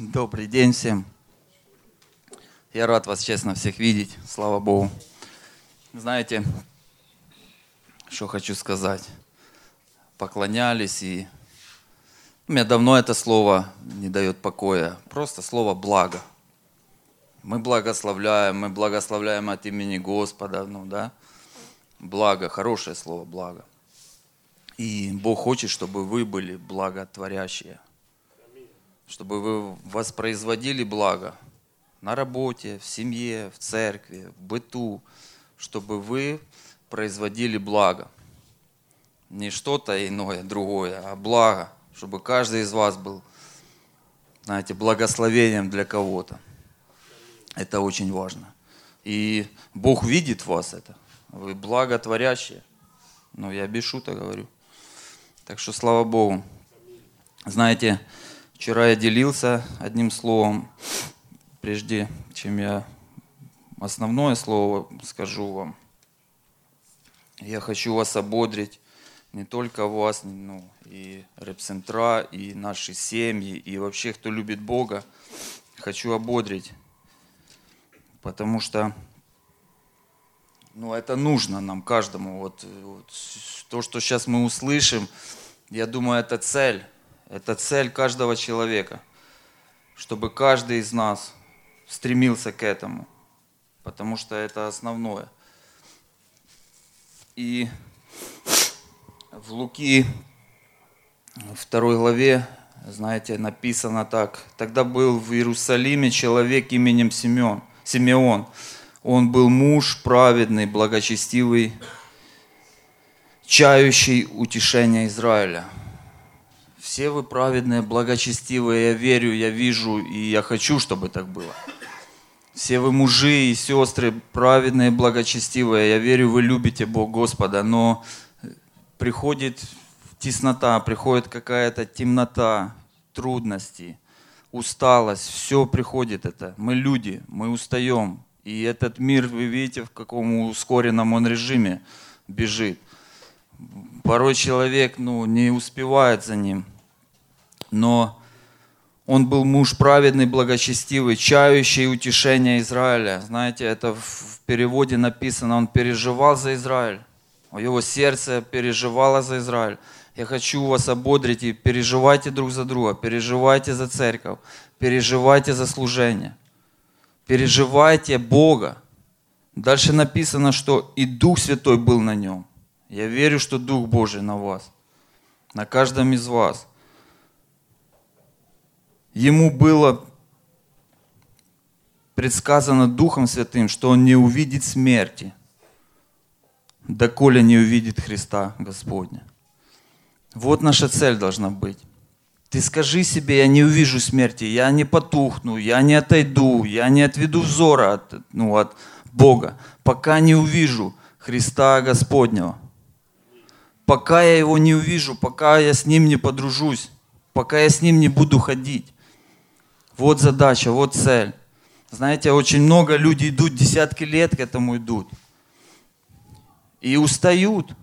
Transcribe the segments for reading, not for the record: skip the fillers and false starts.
Добрый день всем. Я рад вас, честно, всех видеть. Слава Богу. Знаете, что хочу сказать? Поклонялись, и мне давно это слово не дает покоя. Просто слово «благо». Мы благословляем от имени Господа. Благо, хорошее слово «благо». И Бог хочет, чтобы вы были благотворящие. Чтобы вы воспроизводили благо на работе, в семье, в церкви, в быту, чтобы вы производили благо. Не что-то иное, другое, а благо, чтобы каждый из вас был, знаете, благословением для кого-то. Это очень важно. И Бог видит в вас это. Вы благотворящие. Я без шуток говорю. Так что слава Богу. Знаете, вчера я делился одним словом, прежде чем я основное слово скажу вам. Я хочу вас ободрить, не только вас, и репцентра, и наши семьи, и вообще, кто любит Бога. Хочу ободрить, потому что это нужно нам, каждому. То, что сейчас мы услышим, я думаю, это цель. Это цель каждого человека, чтобы каждый из нас стремился к этому, потому что это основное. И в Луки 2 главе, знаете, написано так. Тогда был в Иерусалиме человек именем Симеон. Он был муж праведный, благочестивый, чающий утешение Израиля. Все вы праведные, благочестивые, я верю, я вижу, и я хочу, чтобы так было. Все вы мужи и сестры, праведные, благочестивые, я верю, вы любите Бога Господа, но приходит теснота, приходит какая-то темнота, трудности, усталость, все приходит это. Мы люди, мы устаем, и этот мир, вы видите, в каком ускоренном он режиме бежит. Порой человек не успевает за ним. Но он был муж праведный, благочестивый, чающий утешение Израиля. Знаете, это в переводе написано, он переживал за Израиль. Его сердце переживало за Израиль. Я хочу вас ободрить, и переживайте друг за друга, переживайте за церковь, переживайте за служение, переживайте Бога. Дальше написано, что и Дух Святой был на нем. Я верю, что Дух Божий на вас, на каждом из вас. Ему было предсказано Духом Святым, что он не увидит смерти, доколе не увидит Христа Господня. Вот наша цель должна быть. Ты скажи себе, я не увижу смерти, я не потухну, я не отойду, я не отведу взора от Бога, пока не увижу Христа Господнего. Пока я Его не увижу, пока я с Ним не подружусь, пока я с Ним не буду ходить. Вот задача, вот цель. Знаете, очень много людей идут, десятки лет к этому идут. И устают.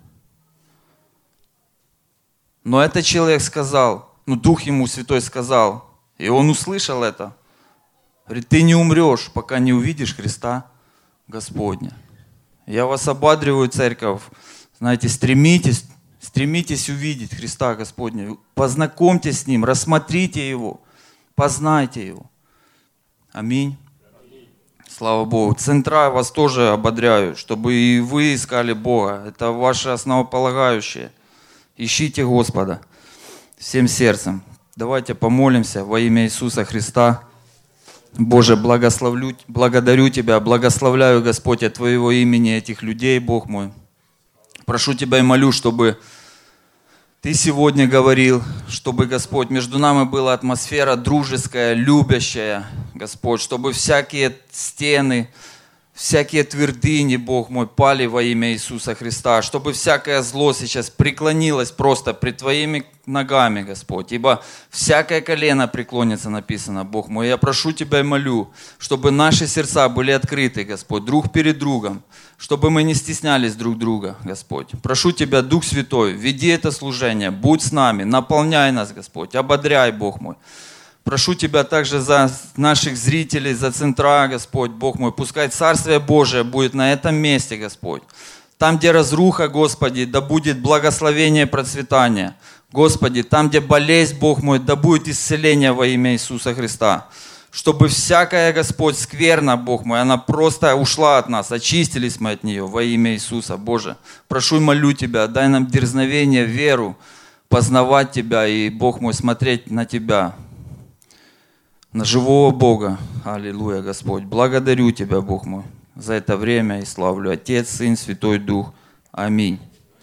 Но этот человек сказал, Дух ему Святой сказал, и он услышал это. Говорит, ты не умрешь, пока не увидишь Христа Господня. Я вас ободриваю, церковь. Знаете, стремитесь увидеть Христа Господня. Познакомьтесь с Ним, рассмотрите Его, познайте Его. Аминь. Слава Богу. Центра вас тоже ободряю, чтобы и вы искали Бога. Это ваше основополагающее. Ищите Господа всем сердцем. Давайте помолимся во имя Иисуса Христа. Боже, благодарю Тебя, благословляю, Господь, от Твоего имени этих людей, Бог мой. Прошу Тебя и молю, чтобы Ты сегодня говорил, чтобы, Господь, между нами была атмосфера дружеская, любящая, Господь, чтобы всякие стены, всякие твердыни, Бог мой, пали во имя Иисуса Христа, чтобы всякое зло сейчас преклонилось просто пред Твоими ногами, Господь, ибо всякое колено преклонится, написано, Бог мой. Я прошу Тебя и молю, чтобы наши сердца были открыты, Господь, друг перед другом, чтобы мы не стеснялись друг друга, Господь. Прошу Тебя, Дух Святой, веди это служение, будь с нами, наполняй нас, Господь, ободряй, Бог мой. Прошу Тебя также за наших зрителей, за центра, Господь, Бог мой. Пускай Царствие Божие будет на этом месте, Господь. Там, где разруха, Господи, да будет благословение и процветание. Господи, там, где болезнь, Бог мой, да будет исцеление во имя Иисуса Христа. Чтобы всякая, Господь, скверна, Бог мой, она просто ушла от нас, очистились мы от нее во имя Иисуса, Боже. Прошу и молю Тебя, дай нам дерзновение, веру, познавать Тебя и, Бог мой, смотреть на Тебя, на живого Бога. Аллилуйя, Господь. Благодарю Тебя, Бог мой, за это время и славлю Отец, Сын, Святой Дух. Аминь.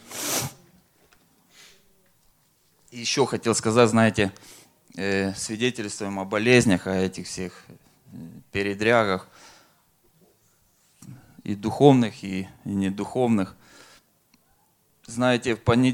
И еще хотел сказать, знаете, свидетельствуем о болезнях, о этих всех передрягах, и духовных, и недуховных. Знаете,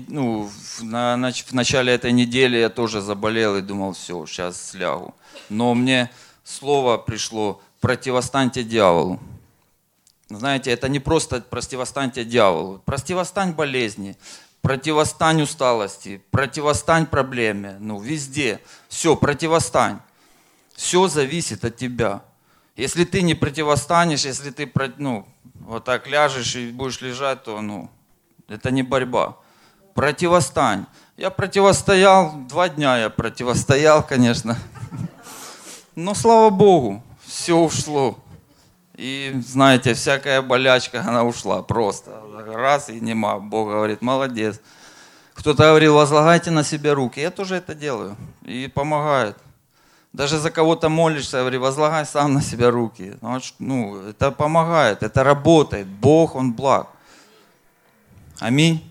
в начале этой недели я тоже заболел и думал, все, сейчас слягу. Но мне слово пришло: противостаньте дьяволу. Знаете, это не просто противостаньте дьяволу, противостань болезни, противостань усталости, противостань проблеме, везде. Все, противостань. Все зависит от тебя. Если ты не противостанешь, если ты вот так ляжешь и будешь лежать, то это не борьба. Противостань. Я противостоял, 2 дня я противостоял, конечно. Но слава Богу, все ушло. И знаете, всякая болячка, она ушла просто. Раз и нема. Бог говорит, молодец. Кто-то говорил, возлагайте на себя руки. Я тоже это делаю. И помогает. Даже за кого-то молишься, говори, возлагай сам на себя руки. Это помогает, это работает. Бог, Он благ. Аминь.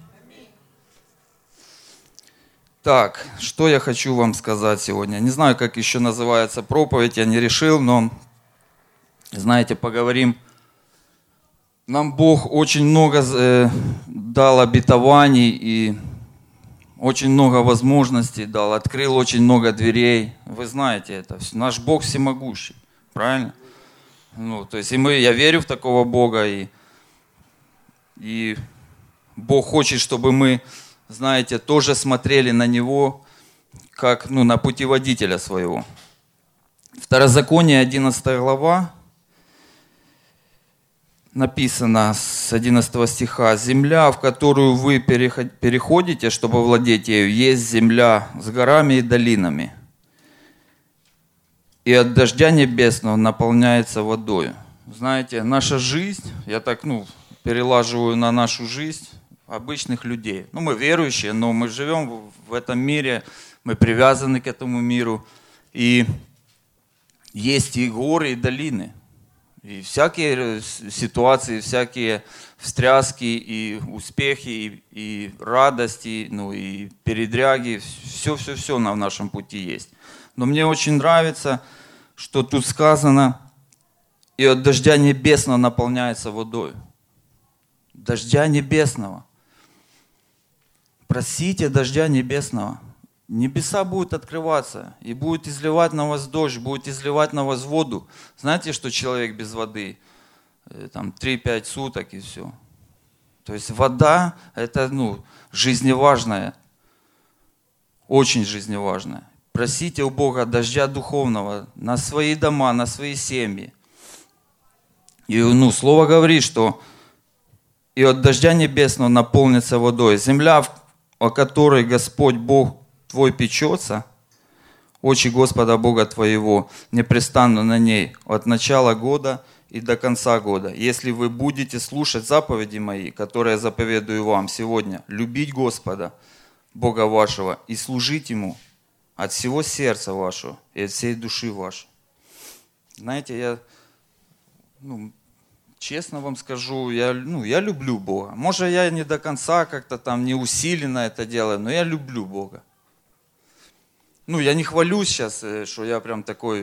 Так, что я хочу вам сказать сегодня. Не знаю, как еще называется проповедь, я не решил, но, знаете, поговорим. Нам Бог очень много дал обетований и очень много возможностей дал, открыл очень много дверей. Вы знаете это. Наш Бог всемогущий, правильно? То есть я верю в такого Бога, и Бог хочет, чтобы мы, знаете, тоже смотрели на Него, как на путеводителя своего. Второзаконие, 11 глава, написано с 11 стиха: «Земля, в которую вы переходите, чтобы владеть ею, есть земля с горами и долинами, и от дождя небесного наполняется водою». Знаете, наша жизнь, я так, перелаживаю на нашу жизнь обычных людей. Мы верующие, но мы живем в этом мире, мы привязаны к этому миру. И есть и горы, и долины. И всякие ситуации, всякие встряски, и успехи, и радости, и передряги. Все на нашем пути есть. Но мне очень нравится, что тут сказано, и от дождя небесного наполняется водой. Дождя небесного. Просите дождя небесного. Небеса будут открываться, и будет изливать на вас дождь, будет изливать на вас воду. Знаете, что человек без воды, 3-5 суток и все. То есть вода, это, жизневажная, очень жизневажная. Просите у Бога дождя духовного на свои дома, на свои семьи. И, Слово говорит, что и от дождя небесного наполнится водой. Земля, о которой Господь Бог твой печется, очи Господа Бога твоего непрестанно на ней от начала года и до конца года. Если вы будете слушать заповеди мои, которые я заповедую вам сегодня, любить Господа, Бога вашего, и служить Ему от всего сердца вашего и от всей души вашей. Знаете, я, честно вам скажу, я люблю Бога. Может, я не до конца как-то не усиленно это делаю, но я люблю Бога. Я не хвалюсь сейчас, что я прям такой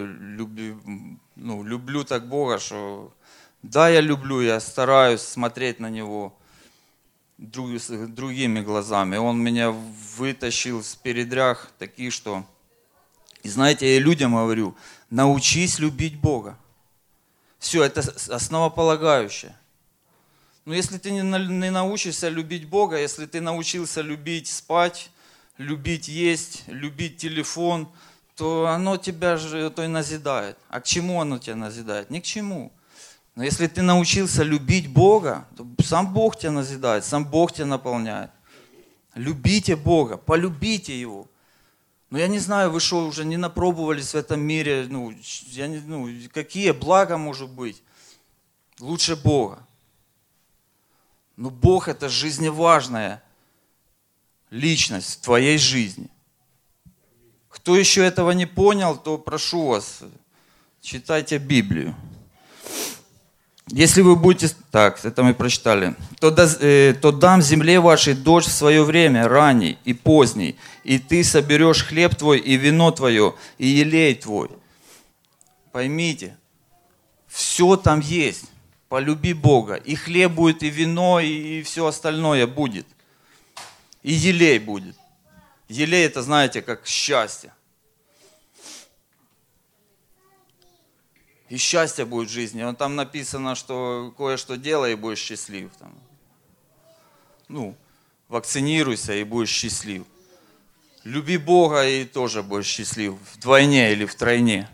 люблю так Бога, что да, я люблю, я стараюсь смотреть на Него другими глазами. Он меня вытащил с передряг таких, что... И знаете, я людям говорю, научись любить Бога. Все, это основополагающее. Но если ты не научишься любить Бога, если ты научился любить спать, любить есть, любить телефон, то оно тебя же то и назидает. А к чему оно тебя назидает? Ни к чему. Но если ты научился любить Бога, то сам Бог тебя назидает, сам Бог тебя наполняет. Любите Бога, полюбите Его. Но я не знаю, вы что, уже не напробовались в этом мире, какие блага может быть лучше Бога. Но Бог это жизневажная личность в твоей жизни. Кто еще этого не понял, то прошу вас, читайте Библию. Если вы будете... Так, это мы прочитали. То дам земле вашей дождь в свое время, ранний и поздний, и ты соберешь хлеб твой, и вино твое, и елей твой. Поймите, все там есть. Полюби Бога. И хлеб будет, и вино, и все остальное будет. И елей будет. Елей это, знаете, как счастье. И счастье будет в жизни. Там написано, что кое-что делай, и будешь счастлив. Вакцинируйся, и будешь счастлив. Люби Бога, и тоже будешь счастлив. Вдвойне или втройне.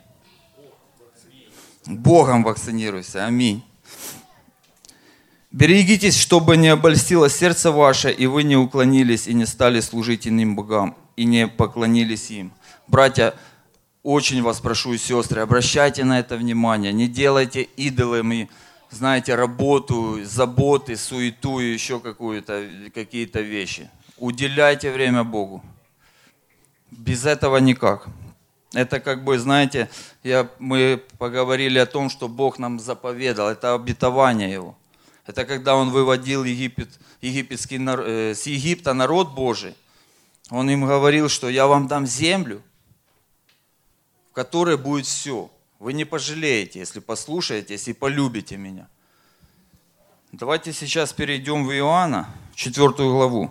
Богом вакцинируйся. Аминь. Берегитесь, чтобы не обольстило сердце ваше, и вы не уклонились, и не стали служить иным богам, и не поклонились им. Братья, очень вас прошу, и сестры, обращайте на это внимание. Не делайте идолами, знаете, работу, заботы, суету и еще какие-то вещи. Уделяйте время Богу. Без этого никак. Это знаете, мы поговорили о том, что Бог нам заповедал. Это обетование Его. Это когда Он выводил с Египта народ Божий. Он им говорил, что я вам дам землю, в которой будет все. Вы не пожалеете, если послушаетесь и полюбите меня. Давайте сейчас перейдем в Иоанна, 4 главу.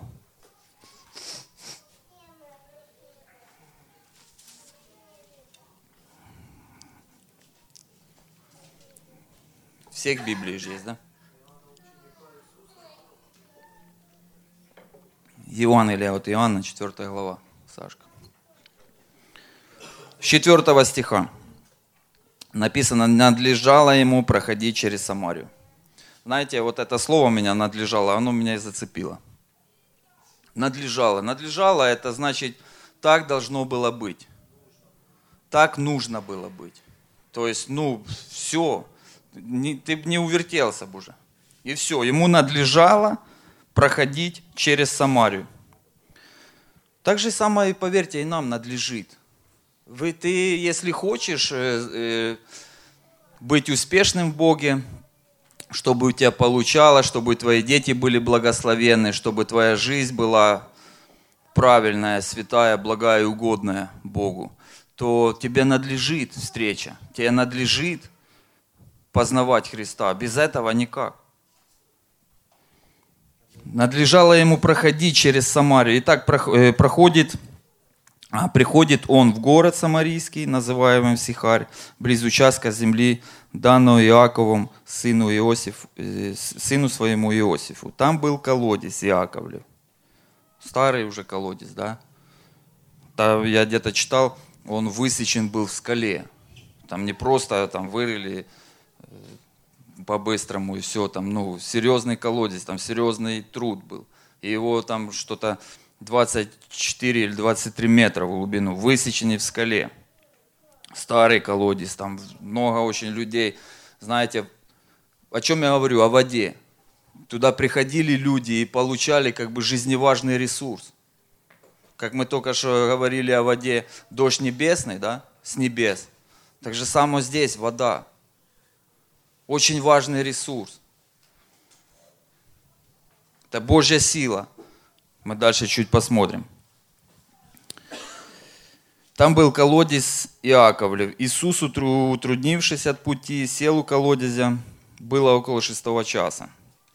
Всех Библии же есть, да? Евангелие от Иоанна, 4 глава, Сашка. С 4 стиха написано: «Надлежало ему проходить через Самарию». Знаете, вот это слово меня надлежало, оно меня и зацепило. Надлежало. Надлежало, это значит, так должно было быть. Так нужно было быть. То есть, все, ты не увертелся бы уже. И все, ему надлежало проходить через Самарию. Так же самое, поверьте, и нам надлежит. Ты, если хочешь быть успешным в Боге, чтобы у тебя получалось, чтобы твои дети были благословенны, чтобы твоя жизнь была правильная, святая, благая и угодная Богу, то тебе надлежит встреча, тебе надлежит познавать Христа. Без этого никак. Надлежало ему проходить через Самарию. Итак, приходит он в город Самарийский, называемый Сихарь, близ участка земли, данного Иаковом, сыну своему Иосифу. Там был колодец Иаковлев. Старый уже колодец, да? Там, я где-то читал, он высечен был в скале. Там не просто вырыли по-быстрому и все, серьезный колодец, там серьезный труд был. И его там что-то 24 или 23 метра в глубину, высеченный в скале. Старый колодец, там много очень людей. Знаете, о чем я говорю? О воде. Туда приходили люди и получали жизневажный ресурс. Как мы только что говорили о воде, дождь небесный, да, с небес. Так же само здесь вода. Очень важный ресурс. Это Божья сила. Мы дальше чуть посмотрим. Там был колодец Иаковлев. Иисус, утруднившись от пути, сел у колодезя. Было около 6 часа.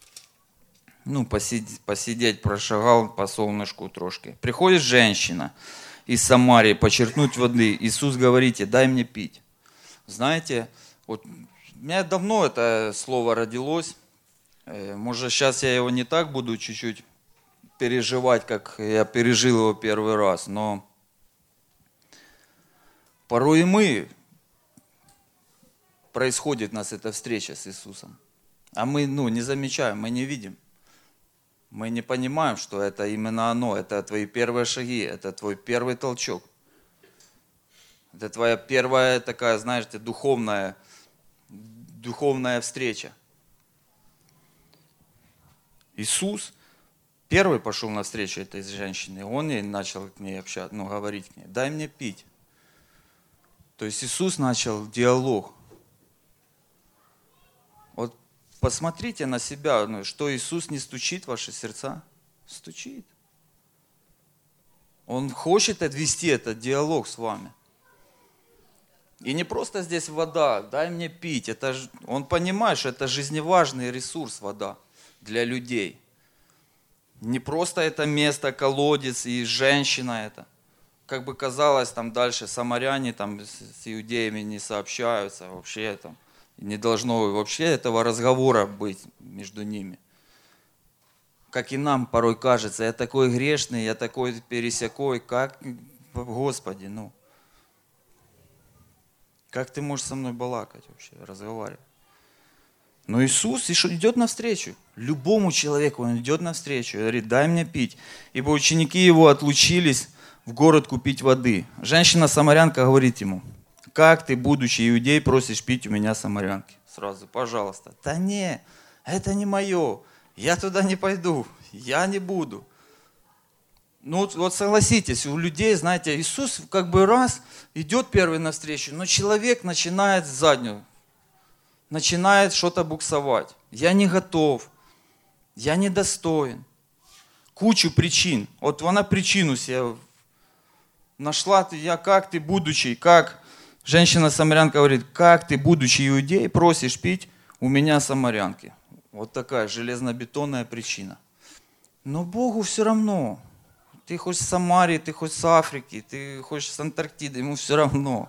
Посидеть, прошагал по солнышку трошки. Приходит женщина из Самарии почерпнуть воды. Иисус говорит: дай мне пить. Знаете, вот у меня давно это слово родилось. Может, сейчас я его не так буду чуть-чуть переживать, как я пережил его первый раз. Но Порой и мы, происходит у нас эта встреча с Иисусом. А мы не замечаем, мы не видим. Мы не понимаем, что это именно оно, это твои первые шаги, это твой первый толчок. Это твоя первая такая, знаешь, духовная встреча. Иисус первый пошел навстречу этой женщине, он ей начал к ней общаться, говорить к ней, дай мне пить. То есть Иисус начал диалог. Вот посмотрите на себя, что Иисус не стучит в ваши сердца. Стучит. Он хочет вести этот диалог с вами. И не просто здесь вода, дай мне пить. Он понимает, что это жизневажный ресурс вода для людей. Не просто это место, колодец и женщина это. Как бы казалось, там дальше самаряне там с иудеями не сообщаются, вообще там не должно вообще этого разговора быть между ними. Как и нам порой кажется, я такой грешный, я такой пересякой, как, Господи, как ты можешь со мной балакать вообще, разговаривать? Но Иисус идет навстречу. Любому человеку Он идет навстречу и говорит, дай мне пить. Ибо ученики Его отлучились в город купить воды. Женщина-самарянка говорит Ему, как ты, будучи иудей, просишь пить у меня самарянки? Сразу, пожалуйста. Да не, это не мое. Я туда не пойду. Я не буду. Вот согласитесь, у людей, знаете, Иисус как бы раз идет первый навстречу, но человек начинает заднюю, начинает что-то буксовать. Я не готов, я недостоин. Кучу причин. Вот она причину себе нашла, как ты, будучи, как женщина-самарянка говорит, как ты, будучи иудей, просишь пить у меня самарянки. Вот такая железнобетонная причина. Но Богу все равно. Ты хоть с Самарии, ты хоть с Африки, ты хоть с Антарктиды, ему все равно.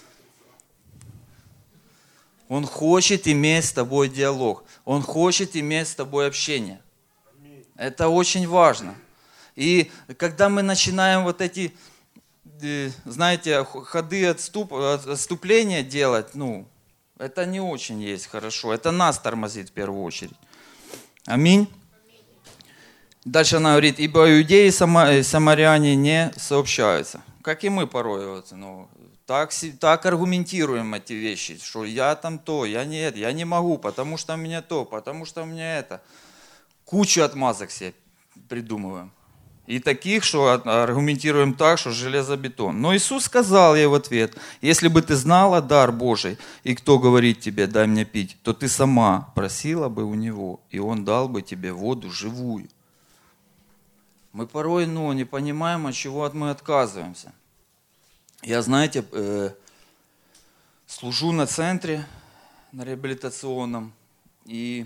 Он хочет иметь с тобой диалог. Он хочет иметь с тобой общение. Это очень важно. И когда мы начинаем вот эти, знаете, ходы отступления делать, это не очень есть хорошо. Это нас тормозит в первую очередь. Аминь. Дальше она говорит, ибо иудеи и самаряне не сообщаются. Как и мы порой. Так аргументируем эти вещи, что я там то, я не могу, потому что у меня то, потому что у меня это. Кучу отмазок себе придумываем. И таких, что аргументируем так, что железобетон. Но Иисус сказал ей в ответ, если бы ты знала дар Божий, и кто говорит тебе, дай мне пить, то ты сама просила бы у Него, и Он дал бы тебе воду живую. Мы порой не понимаем, от чего мы отказываемся. Я, знаете, служу на центре, на реабилитационном, и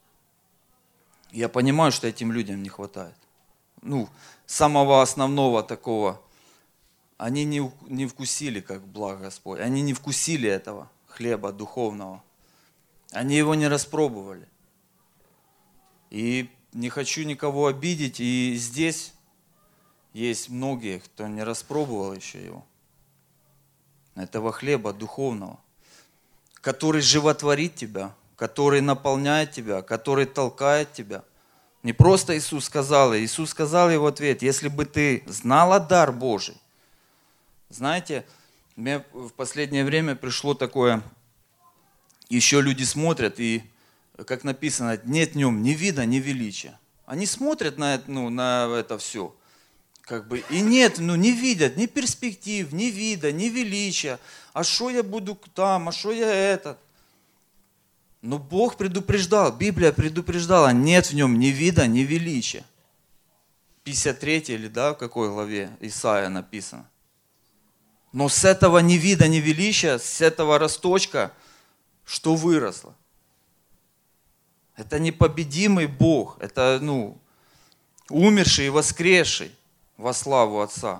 я понимаю, что этим людям не хватает. Самого основного такого. Они не вкусили, как благ Господь. Они не вкусили этого хлеба духовного. Они его не распробовали. И не хочу никого обидеть, и здесь есть многие, кто не распробовал еще его. Этого хлеба духовного, который животворит тебя, который наполняет тебя, который толкает тебя. Не просто Иисус сказал ей в ответ, если бы ты знала дар Божий. Знаете, мне в последнее время пришло такое, еще люди смотрят, и, как написано, нет в нем ни вида, ни величия. Они смотрят на это все. И нет, не видят ни перспектив, ни вида, ни величия. А что я буду там, а что я этот? Но Бог предупреждал, Библия предупреждала, нет в нем ни вида, ни величия. 53 или в какой главе Исаия написано. Но с этого ни вида, ни величия, с этого росточка, что выросло? Это непобедимый Бог, это умерший и воскресший во славу Отца.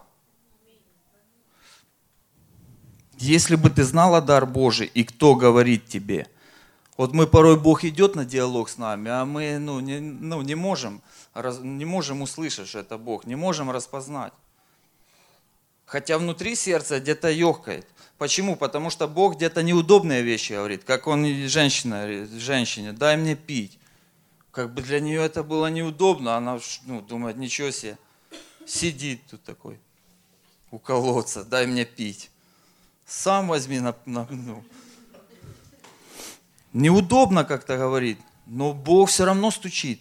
Если бы ты знала дар Божий, и кто говорит тебе. Вот мы порой, Бог идет на диалог с нами, а мы не можем услышать, что это Бог, не можем распознать. Хотя внутри сердца где-то ёкает. Почему? Потому что Бог где-то неудобные вещи говорит, как Он и женщине, дай мне пить. Как бы для нее это было неудобно, она думает, ничего себе, сидит тут такой у колодца, дай мне пить. Сам возьми Неудобно как-то говорит, но Бог все равно стучит.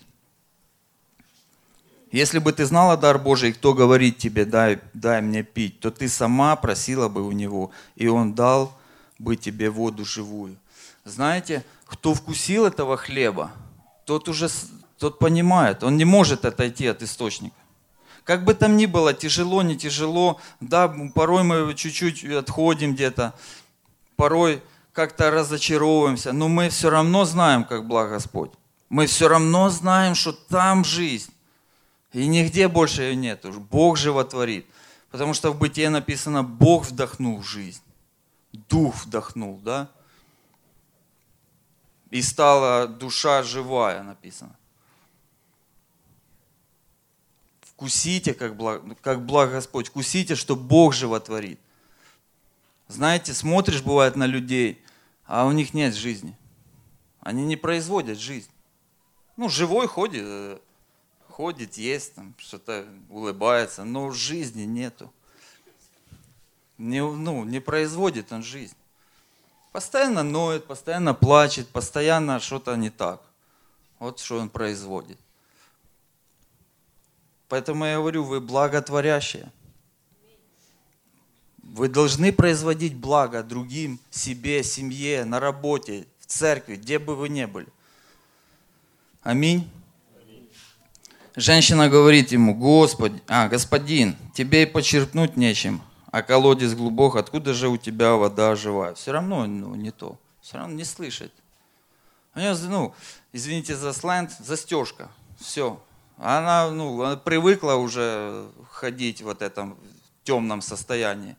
Если бы ты знала дар Божий, кто говорит тебе, дай мне пить, то ты сама просила бы у Него, и Он дал бы тебе воду живую. Знаете, кто вкусил этого хлеба, тот понимает, он не может отойти от источника. Как бы там ни было, тяжело, не тяжело, да, порой мы чуть-чуть отходим где-то, порой как-то разочаровываемся, но мы все равно знаем, как благ Господь. Мы все равно знаем, что там жизнь. И нигде больше ее нет. Бог животворит. Потому что в Бытие написано, Бог вдохнул в жизнь. Дух вдохнул, да? И стала душа живая, написано. Вкусите, как благ Господь. Вкусите, что Бог животворит. Знаете, смотришь, бывает, на людей, а у них нет жизни. Они не производят жизнь. Живой ходит, ест, там, что-то улыбается, но жизни нету. Не производит он жизнь. Постоянно ноет, постоянно плачет, постоянно что-то не так. Вот что он производит. Поэтому я говорю, вы благотворящие. Вы должны производить благо другим, себе, семье, на работе, в церкви, где бы вы ни были. Аминь. Женщина говорит ему, господин, тебе и почерпнуть нечем, а колодец глубок, откуда же у тебя вода живая? Все равно не то, все равно не слышит. У нее, извините за сленг, застежка, все. Она привыкла уже ходить в этом темном состоянии.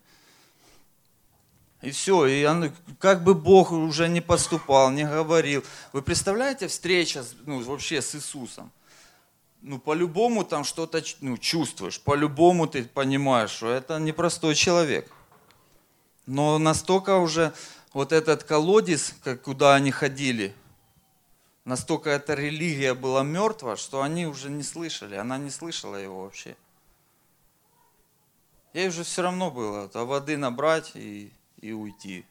И все, и как бы Бог уже не поступал, не говорил. Вы представляете, встреча вообще с Иисусом? По-любому там что-то чувствуешь, по-любому ты понимаешь, что это непростой человек. Но настолько уже вот этот колодец, куда они ходили, настолько эта религия была мертва, что они уже не слышали, она не слышала его вообще. Ей уже все равно было, воды набрать и уйти.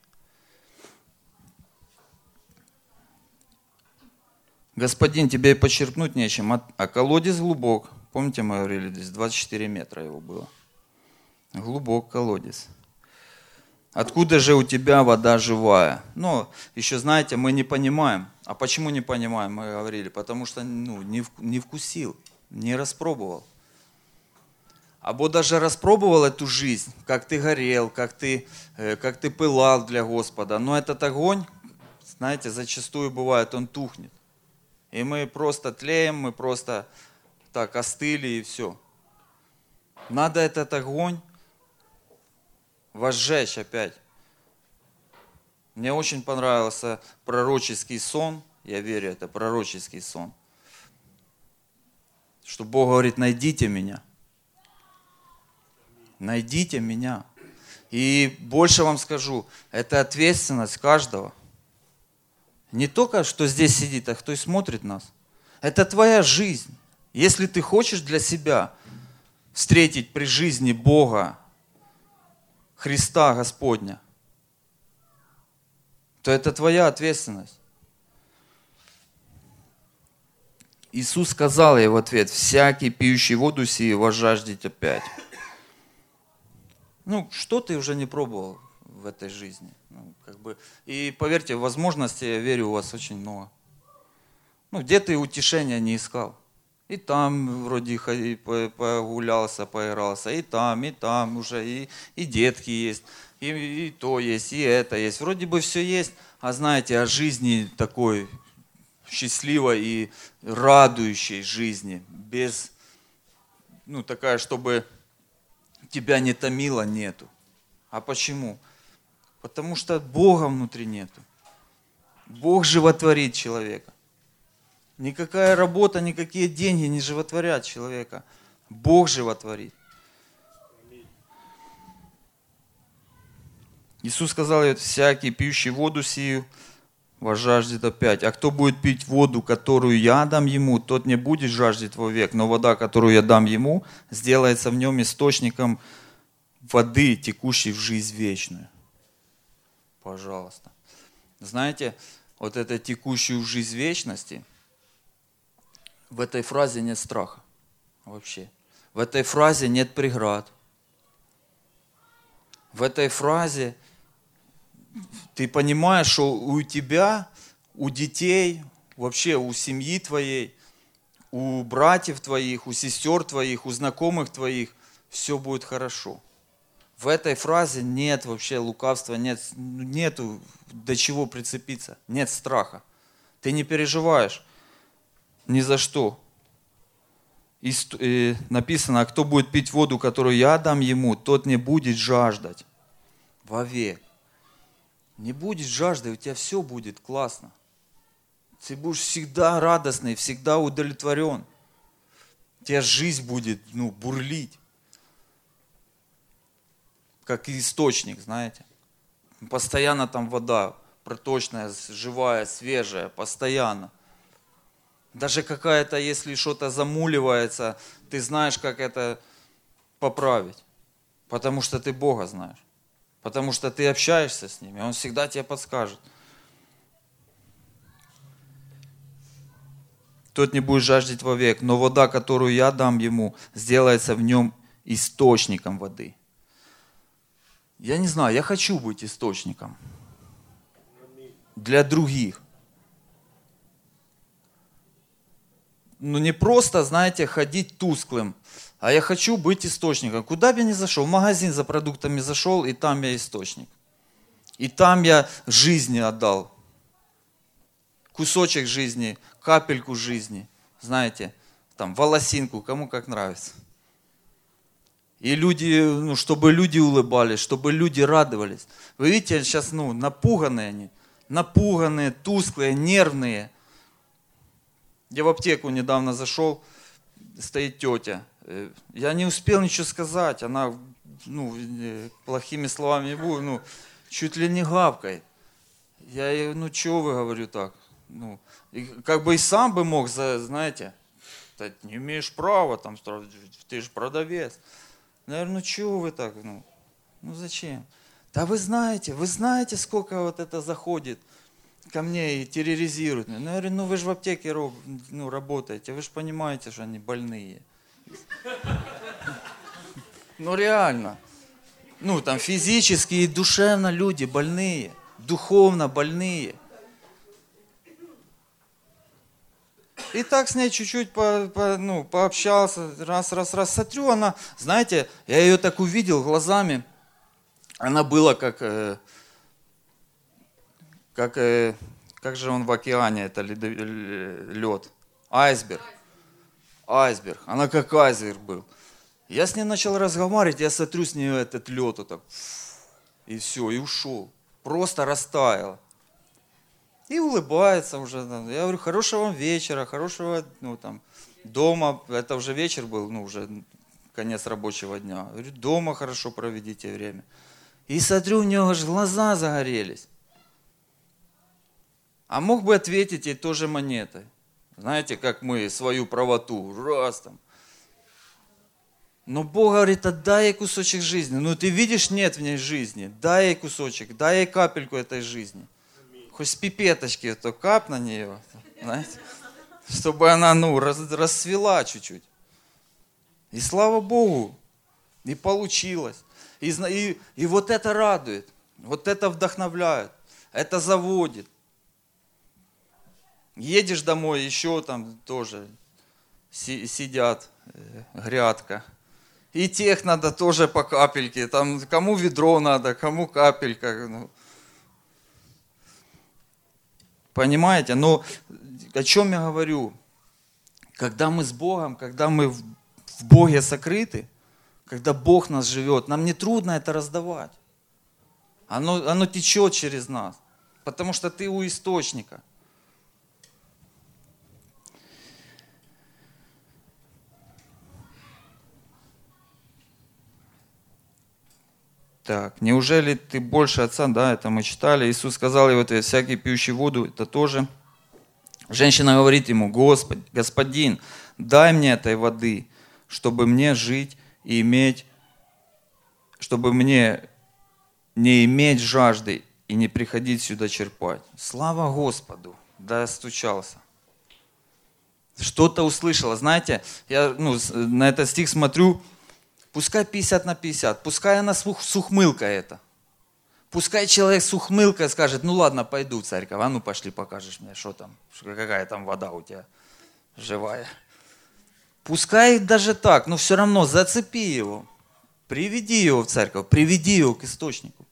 Господин, тебе и почерпнуть нечем, а колодец глубок. Помните, мы говорили, здесь 24 метра его было. Глубок колодец. Откуда же у тебя вода живая? Еще знаете, мы не понимаем. А почему не понимаем, мы говорили? Потому что не вкусил, не распробовал. Або даже распробовал эту жизнь, как ты горел, как ты пылал для Господа. Но этот огонь, знаете, зачастую бывает, он тухнет. И мы просто тлеем, мы просто так остыли и все. Надо этот огонь возжечь опять. Мне очень понравился пророческий сон. Я верю, это пророческий сон. Что Бог говорит, найдите меня. Найдите меня. И больше вам скажу, это ответственность каждого. Не только, что здесь сидит, а кто и смотрит нас. Это твоя жизнь. Если ты хочешь для себя встретить при жизни Бога, Христа Господня, то это твоя ответственность. Иисус сказал ей в ответ, всякий пьющий воду сию возжаждет опять. Что ты уже не пробовал в этой жизни? И поверьте, возможностей, я верю, у вас очень много. Где ты утешения не искал? И там вроде погулялся, поигрался, и там уже, и детки есть, и то есть, и это есть. Вроде бы все есть, а знаете, о жизни такой счастливой и радующей жизни, без, такая, чтобы тебя не томило, нету. А почему? Потому что Бога внутри нету. Бог животворит человека. Никакая работа, никакие деньги не животворят человека. Бог животворит. Иисус сказал, всякий пьющий воду сию возжаждет опять. А кто будет пить воду, которую я дам ему, тот не будет жаждать вовек. Но вода, которую я дам ему, сделается в нем источником воды, текущей в жизнь вечную. Пожалуйста. Знаете, вот это текущую в жизнь вечности, в этой фразе нет страха вообще. В этой фразе нет преград. В этой фразе ты понимаешь, что у тебя, у детей, вообще у семьи твоей, у братьев твоих, у сестер твоих, у знакомых твоих все будет хорошо. В этой фразе нет вообще лукавства, нету до чего прицепиться, нет страха. Ты не переживаешь ни за что. И написано, а кто будет пить воду, которую я дам ему, тот не будет жаждать вовек. Не будет жажды, у тебя все будет классно. Ты будешь всегда радостный, всегда удовлетворен. У тебя жизнь будет бурлить. Как источник, знаете. Постоянно там вода проточная, живая, свежая, постоянно. Даже какая-то, если что-то замуливается, ты знаешь, как это поправить. Потому что ты Бога знаешь. Потому что ты общаешься с ним, и Он всегда тебе подскажет. Тот не будет жаждать вовек, но вода, которую я дам ему, сделается в нем источником воды. Я не знаю, я хочу быть источником для других. Ну не просто, знаете, ходить тусклым, а я хочу быть источником. Куда бы я ни зашел, в магазин за продуктами зашел, и там я источник. И там я жизни отдал. Кусочек жизни, капельку жизни, знаете, там волосинку, кому как нравится. И люди, чтобы люди улыбались, чтобы люди радовались. Вы видите, сейчас, напуганные они, напуганные, тусклые, нервные. Я в аптеку недавно зашел, стоит тетя. Я не успел ничего сказать, она, плохими словами не буду, чуть ли не гавкает. Я ей, чего вы, говорю так? И как бы и сам бы мог, знаете, ты не имеешь права, там, ты же продавец. Наверное, чего вы так, зачем? Да вы знаете, сколько вот это заходит ко мне и терроризирует. Я говорю, вы же в аптеке работаете, вы же понимаете, что они больные. Реально. Там физически и душевно люди больные, духовно больные. И так с ней чуть-чуть пообщался, раз, смотрю, она, знаете, я ее так увидел глазами, она была как же он в океане, это лед, айсберг, она как айсберг был. Я с ней начал разговаривать, я смотрю с нее этот лед, вот так, и все, и ушел, просто растаял. И улыбается уже. Я говорю, хорошего вам вечера, хорошего дома. Это уже вечер был, уже конец рабочего дня. Я говорю, дома хорошо проведите время. И смотрю, у него аж глаза загорелись. А мог бы ответить ей тоже монетой. Знаете, как мы свою правоту, раз там. Но Бог говорит, отдай ей кусочек жизни. Ты видишь, нет в ней жизни. Дай ей кусочек, дай ей капельку этой жизни. Хоть с пипеточки то кап на нее, знаете, чтобы она, расцвела чуть-чуть. И слава Богу, и получилось. И вот это радует, вот это вдохновляет, это заводит. Едешь домой, еще там тоже сидят, грядка. И тех надо тоже по капельке, там кому ведро надо, кому капелька. Понимаете? Но о чем я говорю? Когда мы с Богом, когда мы в Боге сокрыты, когда Бог нас живет, нам не трудно это раздавать. Оно течет через нас, потому что ты у источника. Так, неужели ты больше отца? Да, это мы читали. Иисус сказал ей в ответ: всякий пьющий воду, это тоже. Женщина говорит ему: Господи, Господин, дай мне этой воды, чтобы мне жить и иметь, чтобы мне не иметь жажды и не приходить сюда черпать. Слава Господу, достучался. Что-то услышала. Знаете, я на этот стих смотрю, пускай 50/50, пускай она с ухмылкой это. Пускай человек с ухмылкой скажет: ну ладно, пойду в церковь, а ну пошли, покажешь мне, что там, какая там вода у тебя живая. Пускай даже так, но все равно зацепи его, приведи его в церковь, приведи его к источнику.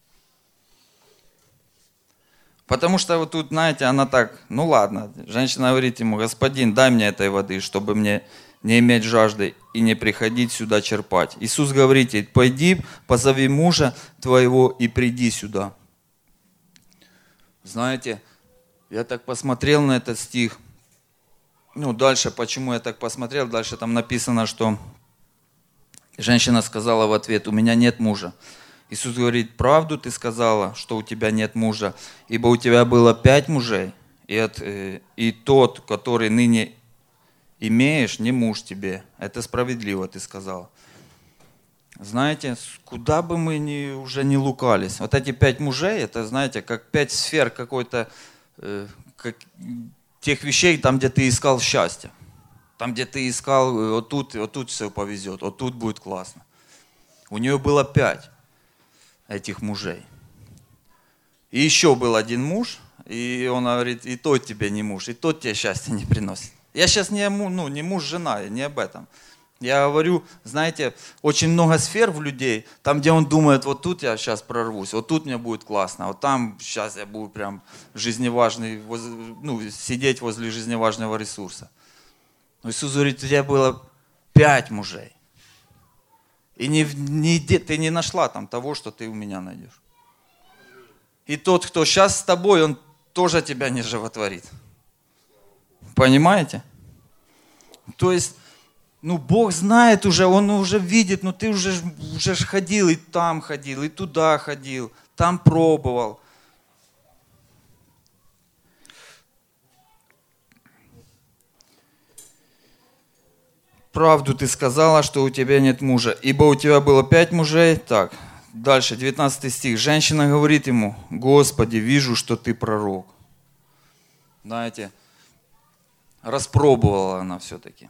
Потому что вот тут, знаете, она так, ну ладно, женщина говорит ему: Господин, дай мне этой воды, чтобы мне не иметь жажды и не приходить сюда черпать. Иисус говорит ей: пойди, позови мужа твоего и приди сюда. Знаете, я так посмотрел на этот стих. Дальше, почему я так посмотрел, дальше там написано, что женщина сказала в ответ: у меня нет мужа. Иисус говорит: правду ты сказала, что у тебя нет мужа, ибо у тебя было 5 мужей, и тот, который ныне имеешь, не муж тебе. Это справедливо, ты сказала. Знаете, куда бы мы уже не лукались, вот эти 5 мужей, это, знаете, как 5 сфер какой-то, тех вещей, там, где ты искал счастье. Там, где ты искал, вот тут все повезет, вот тут будет классно. У нее было 5 этих мужей. И еще был один муж, и он говорит: и тот тебе не муж, и тот тебе счастье не приносит. Я сейчас не муж-жена, не об этом. Я говорю, знаете, очень много сфер в людей, там, где он думает: вот тут я сейчас прорвусь, вот тут мне будет классно, вот там сейчас я буду прям жизневажный, сидеть возле жизневажного ресурса. Но Иисус говорит: у тебя было 5 мужей. И ты не нашла там того, что ты у меня найдешь. И тот, кто сейчас с тобой, он тоже тебя не животворит. Понимаете? То есть, Бог знает уже, Он уже видит, ты уже ходил, и там ходил, и туда ходил, там пробовал. Правду ты сказала, что у тебя нет мужа, ибо у тебя было 5 мужей. Так, дальше, 19 стих. Женщина говорит ему: Господи, вижу, что ты пророк. Знаете, распробовала она все-таки.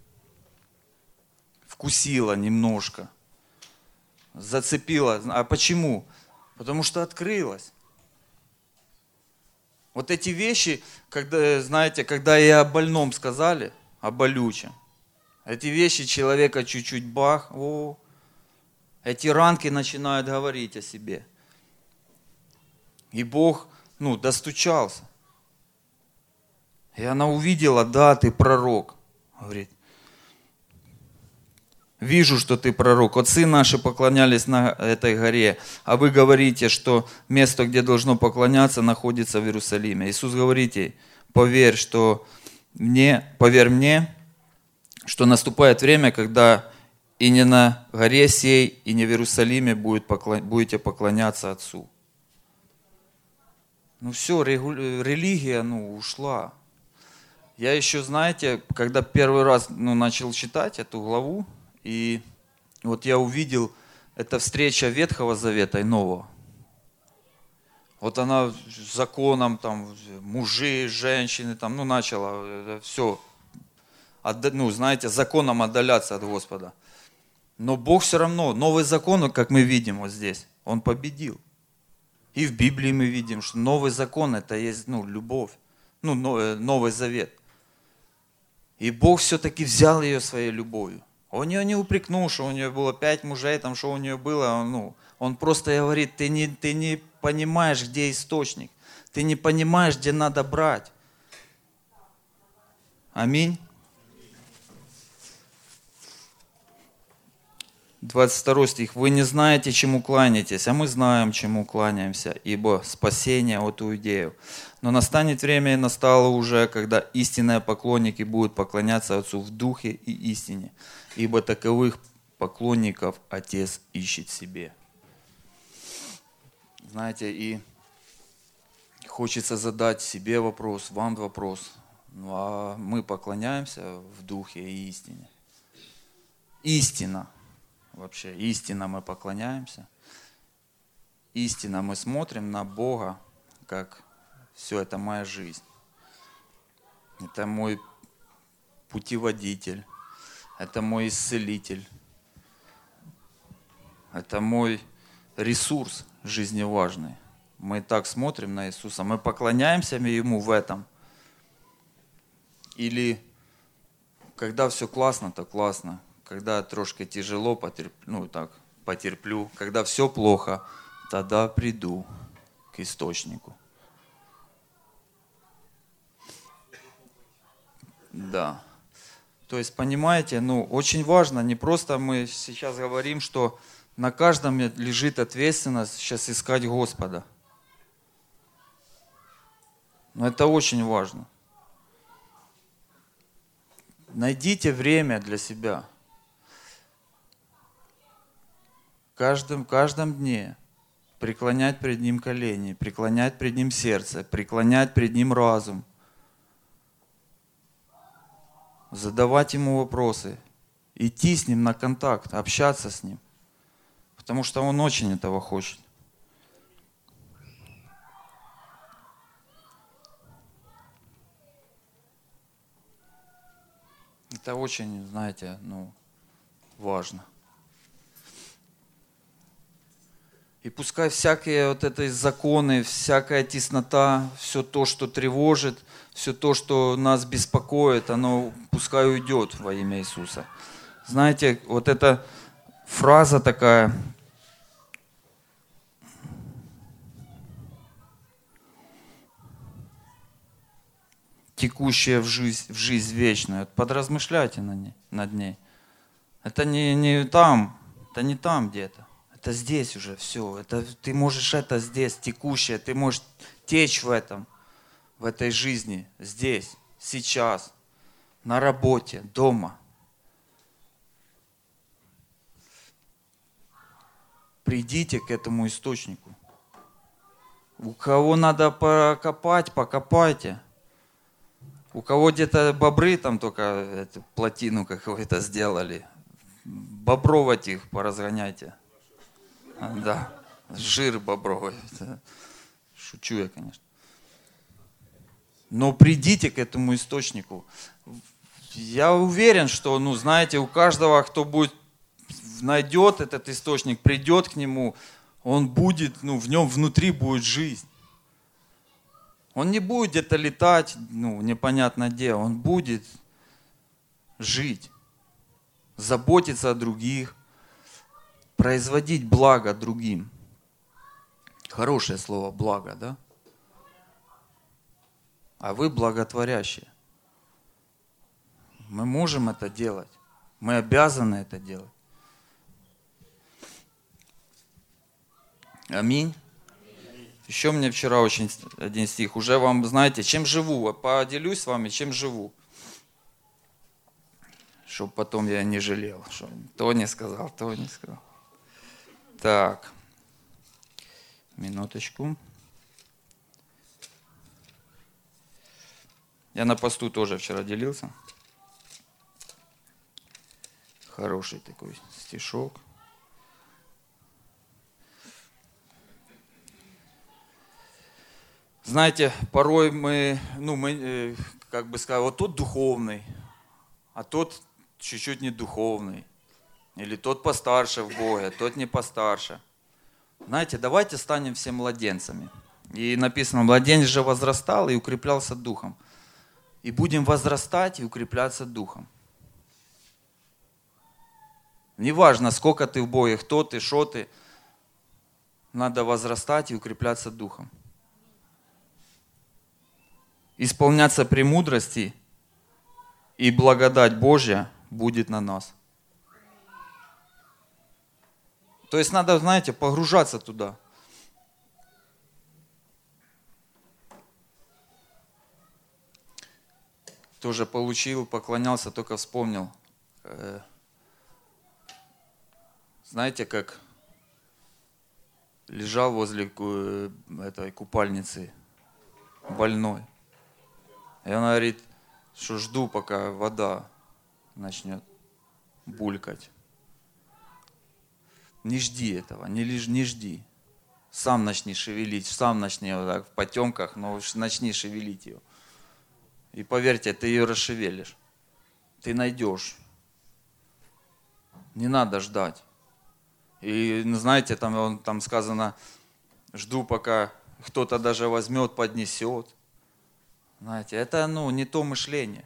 Вкусила немножко. Зацепила. А почему? Потому что открылась. Вот эти вещи, когда и о больном сказали, о болючем, эти вещи человека чуть-чуть эти ранки начинают говорить о себе. И Бог, достучался. И она увидела: да, ты пророк. Говорит: вижу, что ты пророк. Отцы наши поклонялись на этой горе, а вы говорите, что место, где должно поклоняться, находится в Иерусалиме. Иисус говорит ей: поверь мне, что наступает время, когда и не на горе сей, и не в Иерусалиме будете поклоняться Отцу. Все, религия, ушла. Я еще, знаете, когда первый раз начал читать эту главу, и вот я увидел, это встреча Ветхого Завета и Нового. Вот она с законом, там, мужи, женщины, там, начала все, законом отдаляться от Господа. Но Бог все равно, новый закон, как мы видим вот здесь, Он победил. И в Библии мы видим, что новый закон это есть любовь, Новый Завет. И Бог все-таки взял ее своей любовью. Он ее не упрекнул, что у нее было 5 мужей, там, что у нее было. Он просто говорит: ты не понимаешь, где источник. Ты не понимаешь, где надо брать. Аминь. 22 стих. Вы не знаете, чему кланяетесь, а мы знаем, чему кланяемся, ибо спасение от иудеев. Но настанет время, и настало уже, когда истинные поклонники будут поклоняться Отцу в духе и истине, ибо таковых поклонников Отец ищет себе. Знаете, и хочется задать себе вопрос, вам вопрос. Ну а мы поклоняемся в духе и истине. Истина. Вообще, истинно мы поклоняемся. Истинно мы смотрим на Бога, как все это моя жизнь. Это мой путеводитель. Это мой исцелитель. Это мой ресурс жизневажный. Мы так смотрим на Иисуса, мы поклоняемся Ему в этом. Или когда все классно, то классно. Когда трошки тяжело, потерплю. Когда все плохо, тогда приду к источнику. Да. То есть, понимаете, очень важно, не просто мы сейчас говорим, что на каждом лежит ответственность сейчас искать Господа. Но это очень важно. Найдите время для себя. В каждом дне преклонять пред Ним колени, преклонять пред Ним сердце, преклонять пред Ним разум. Задавать Ему вопросы, идти с Ним на контакт, общаться с Ним. Потому что Он очень этого хочет. Это очень, знаете, важно. И пускай всякие вот эти законы, всякая теснота, все то, что тревожит, все то, что нас беспокоит, оно пускай уйдет во имя Иисуса. Знаете, вот эта фраза такая, текущая в жизнь вечную, подразмышляйте над ней. Это не там, это не там где-то. Это здесь уже все. Ты можешь это здесь, текущее, ты можешь течь в этой жизни, здесь, сейчас, на работе, дома. Придите к этому источнику. У кого надо покопать, покопайте. У кого где-то бобры там только эту плотину какую-то сделали, бобровать их поразгоняйте. Да, жир бобровый. Шучу я, конечно. Но придите к этому источнику. Я уверен, что, знаете, у каждого, кто найдет этот источник, придет к нему, он будет, в нем внутри будет жизнь. Он не будет где-то летать, непонятно где, он будет жить, заботиться о других, производить благо другим. Хорошее слово «благо», да? А вы благотворящие. Мы можем это делать. Мы обязаны это делать. Аминь. Еще мне вчера очень один стих. Уже вам, знаете, чем живу. Поделюсь с вами, чем живу. Чтобы потом я не жалел. Что то не сказал, то не сказал. Так. Минуточку. Я на посту тоже вчера делился. Хороший такой стишок. Знаете, порой мы как бы сказать, вот тот духовный, а тот чуть-чуть не духовный. Или тот постарше в Боге, тот не постарше. Знаете, давайте станем все младенцами. И написано, младенец же возрастал и укреплялся духом. И будем возрастать и укрепляться духом. Неважно, сколько ты в Боге, кто ты, что ты. Надо возрастать и укрепляться духом. Исполняться премудрости, и благодать Божья будет на нас. То есть надо, знаете, погружаться туда. Тоже получил, поклонялся, только вспомнил. Знаете, как лежал возле этой купальницы больной. И он говорит, что жду, пока вода начнет булькать. Не жди этого, не жди. Сам начни шевелить, сам начни вот так в потемках, но уж начни шевелить ее. И поверьте, ты ее расшевелишь. Ты найдешь. Не надо ждать. И знаете, там сказано, жду, пока кто-то даже возьмет, поднесет. Знаете, это не то мышление.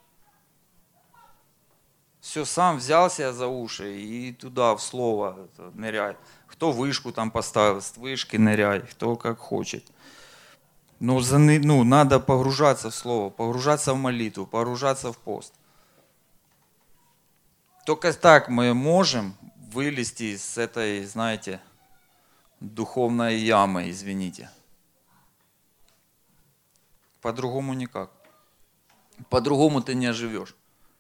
Все, сам взялся за уши и туда в слово ныряй. Кто вышку там поставил, с вышки ныряй, кто как хочет. Но надо погружаться в слово, погружаться в молитву, погружаться в пост. Только так мы можем вылезти из этой, знаете, духовной ямы, извините. По-другому никак. По-другому ты не оживешь.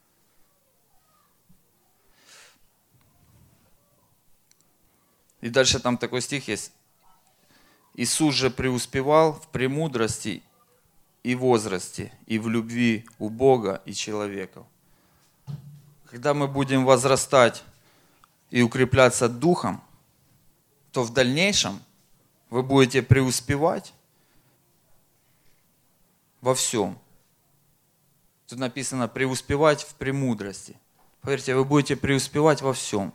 И дальше там такой стих есть. Иисус же преуспевал в премудрости и возрасте, и в любви у Бога и человеков. Когда мы будем возрастать и укрепляться духом, то в дальнейшем вы будете преуспевать во всем. Тут написано преуспевать в премудрости. Поверьте, вы будете преуспевать во всем.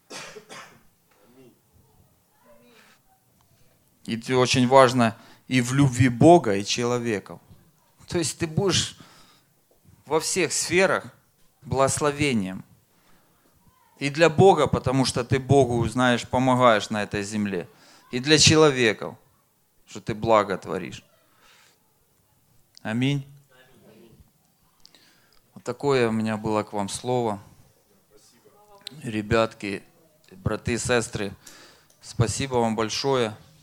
И это очень важно и в любви Бога и человеков. То есть ты будешь во всех сферах благословением. И для Бога, потому что ты Богу, знаешь, помогаешь на этой земле. И для человеков, что ты благо творишь. Аминь. Вот такое у меня было к вам слово. Ребятки, браты и сестры, спасибо вам большое.